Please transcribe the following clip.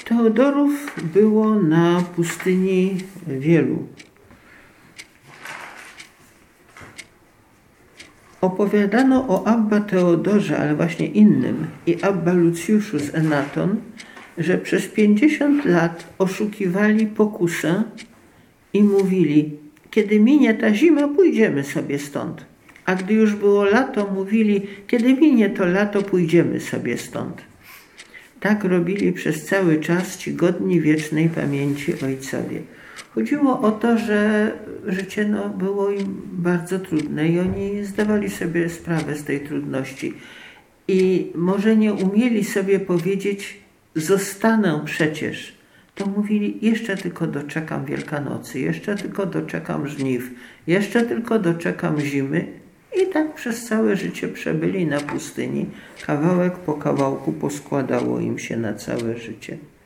Teodorów było na pustyni wielu. Opowiadano o Abba Teodorze, ale właśnie innym, i Abba Lucjuszu z Enaton, że przez 50 lat oszukiwali pokusę i mówili: kiedy minie ta zima, pójdziemy sobie stąd. A gdy już było lato, mówili: kiedy minie to lato, pójdziemy sobie stąd. Tak robili przez cały czas ci godni wiecznej pamięci ojcowie. Chodziło o to, że życie było im bardzo trudne i oni zdawali sobie sprawę z tej trudności. I może nie umieli sobie powiedzieć: zostanę przecież. To mówili: jeszcze tylko doczekam Wielkanocy, jeszcze tylko doczekam żniw, jeszcze tylko doczekam zimy. I tak przez całe życie przebyli na pustyni. Kawałek po kawałku poskładało im się na całe życie.